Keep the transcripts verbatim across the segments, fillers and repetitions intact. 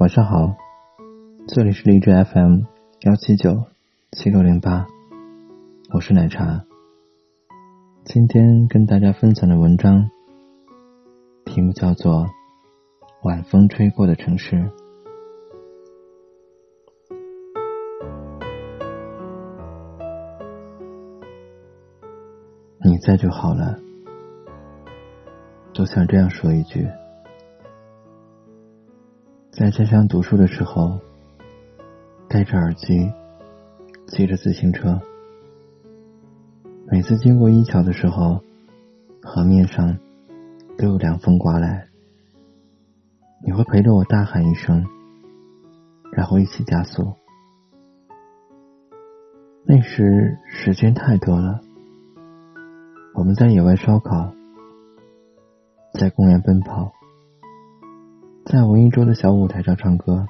晚上好，这里是荔枝 F M 幺七九七六零八，我是奶茶。今天跟大家分享的文章题目叫做晚风吹过的城市。你在就好了，都想这样说一句。在家乡读书的时候，戴着耳机，骑着自行车，每次经过一桥的时候，河面上都有凉风刮来，你会陪着我大喊一声，然后一起加速。那时时间太多了，我们在野外烧烤，在公园奔跑，在文艺桌的小舞台上唱歌，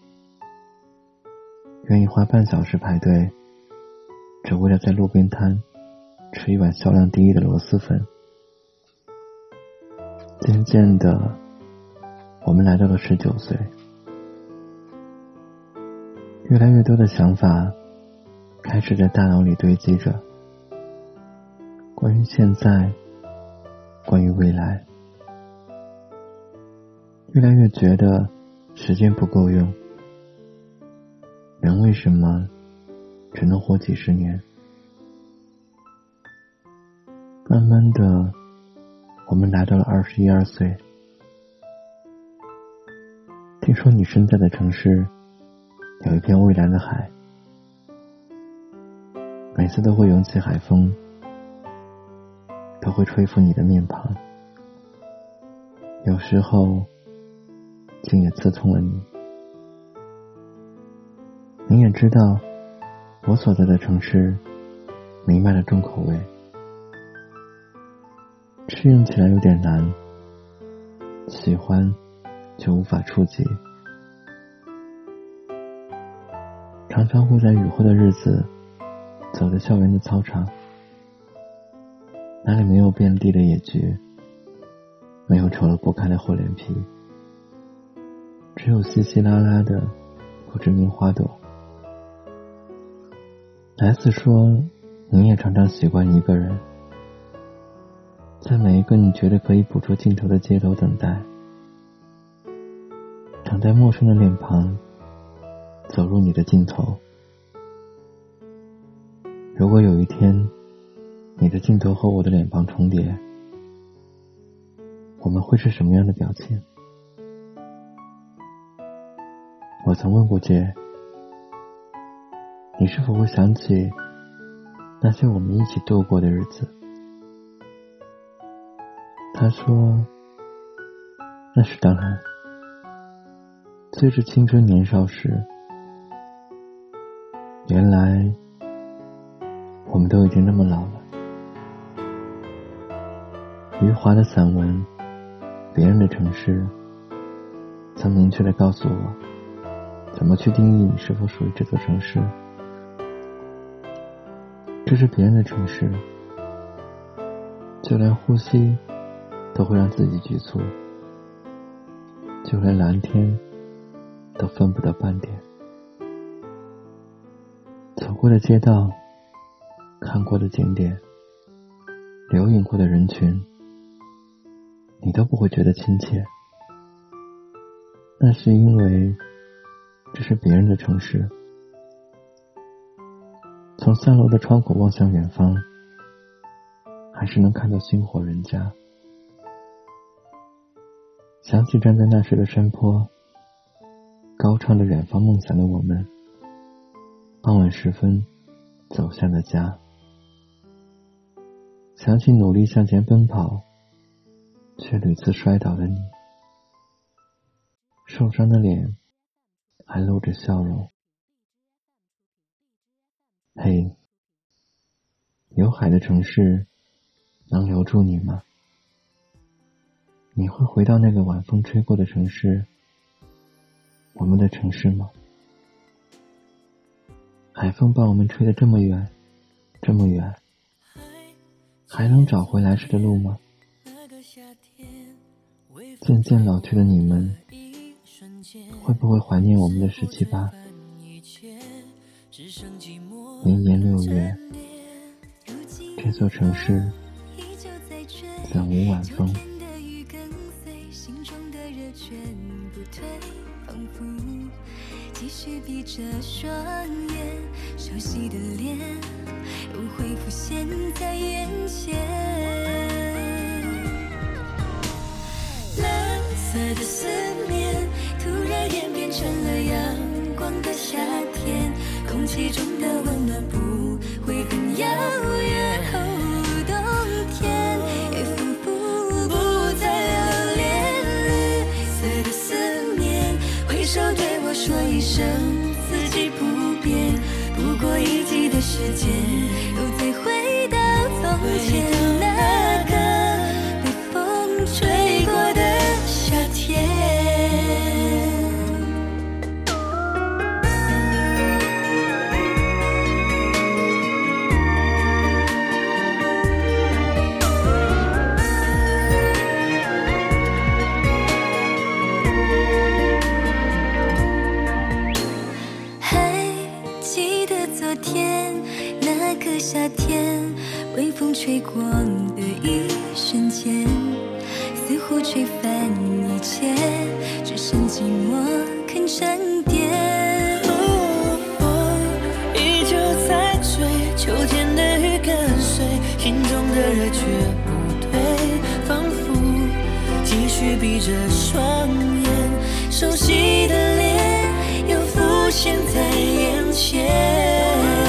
愿意花半小时排队，只为了在路边摊吃一碗销量第一的螺蛳粉。渐渐的，我们来到了十九岁，越来越多的想法开始在大脑里堆积着，关于现在，关于未来。越来越觉得时间不够用，人为什么只能活几十年？慢慢的，我们来到了二十一二岁。听说你身在的城市有一片蔚蓝的海，每次都会涌起海风，都会吹拂你的面庞，有时候竟也刺痛了你。你也知道，我所在的城市弥漫了重口味，适应起来有点难，喜欢却无法触及。常常会在雨后的日子走在校园的操场，那里没有遍地的野菊，没有丑陋不堪的厚脸皮，只有稀稀拉拉的不知名花朵。莱斯说，你也常常习惯一个人，在每一个你觉得可以捕捉镜头的街头等待，等待陌生的脸庞走入你的镜头。如果有一天你的镜头和我的脸庞重叠，我们会是什么样的表情？我曾问过姐，你是否会想起那些我们一起度过的日子？她说，那是当然，最是青春年少时，原来我们都已经那么老了。余华的散文《别人的城市》曾明确地告诉我，怎么去定义你是否属于这座城市。这是别人的城市，就连呼吸都会让自己局促，就连蓝天都分不得半点。走过的街道，看过的景点，留影过的人群，你都不会觉得亲切。那是因为这是别人的城市。从三楼的窗口望向远方，还是能看到星火人家。想起站在那时的山坡，高唱着远方梦想的我们，傍晚时分走向了家。想起努力向前奔跑，却屡次摔倒的你，受伤的脸还露着笑容。嘿，有海的城市能留住你吗？你会回到那个晚风吹过的城市，我们的城市吗？海风把我们吹得这么远，这么远，还能找回来时的路吗？渐渐老去的你们， 会不会怀念我们的十七八？年年六月，这座城市怎无晚风？ 继续闭着双眼，熟悉的脸又会浮现在眼前。蓝色的思念突然演变成了阳光的夏天，空气中的温暖不会很遥远。哦，冬天也仿佛不再留恋。绿色的思念挥手对我说一声四季不变，不过一季的时间，又再回到从前那个被风吹过的夏天。那个夏天，微风吹过的一瞬间，似乎吹翻一切，只剩寂寞肯沉淀。 哦，风依旧在吹，秋天的雨跟随，心中的热却不退，仿佛继续闭着双眼，熟悉的脸又浮现在眼前。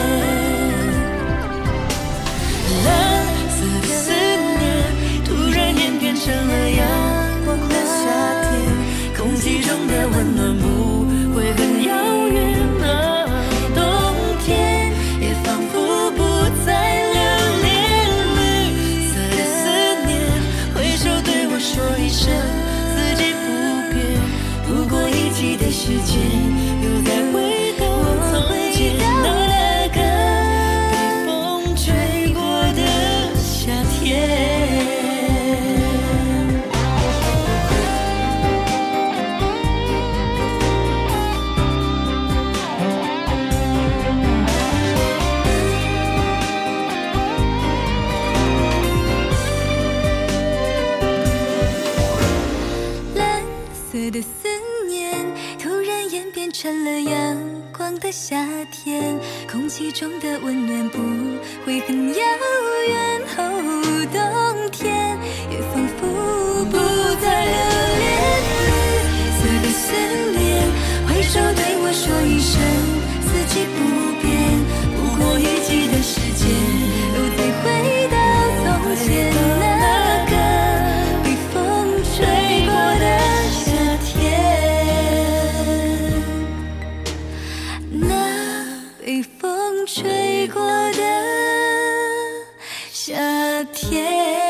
成了阳光的夏天，空气中的温暖不会很遥远啊。冬天也仿佛不再留恋。绿色的思念挥手对我说一声四季不变，不过一季的时间，又再回到从前那个被风吹过的夏天。 的思念突然演变成了阳光的夏天，空气中的温暖不会很遥远。哦，冬天也仿佛不再留恋。绿色的思念挥手对我说一声四季不变，不过一季的时间，又再回到从前那个被风吹过的被风吹过的夏天。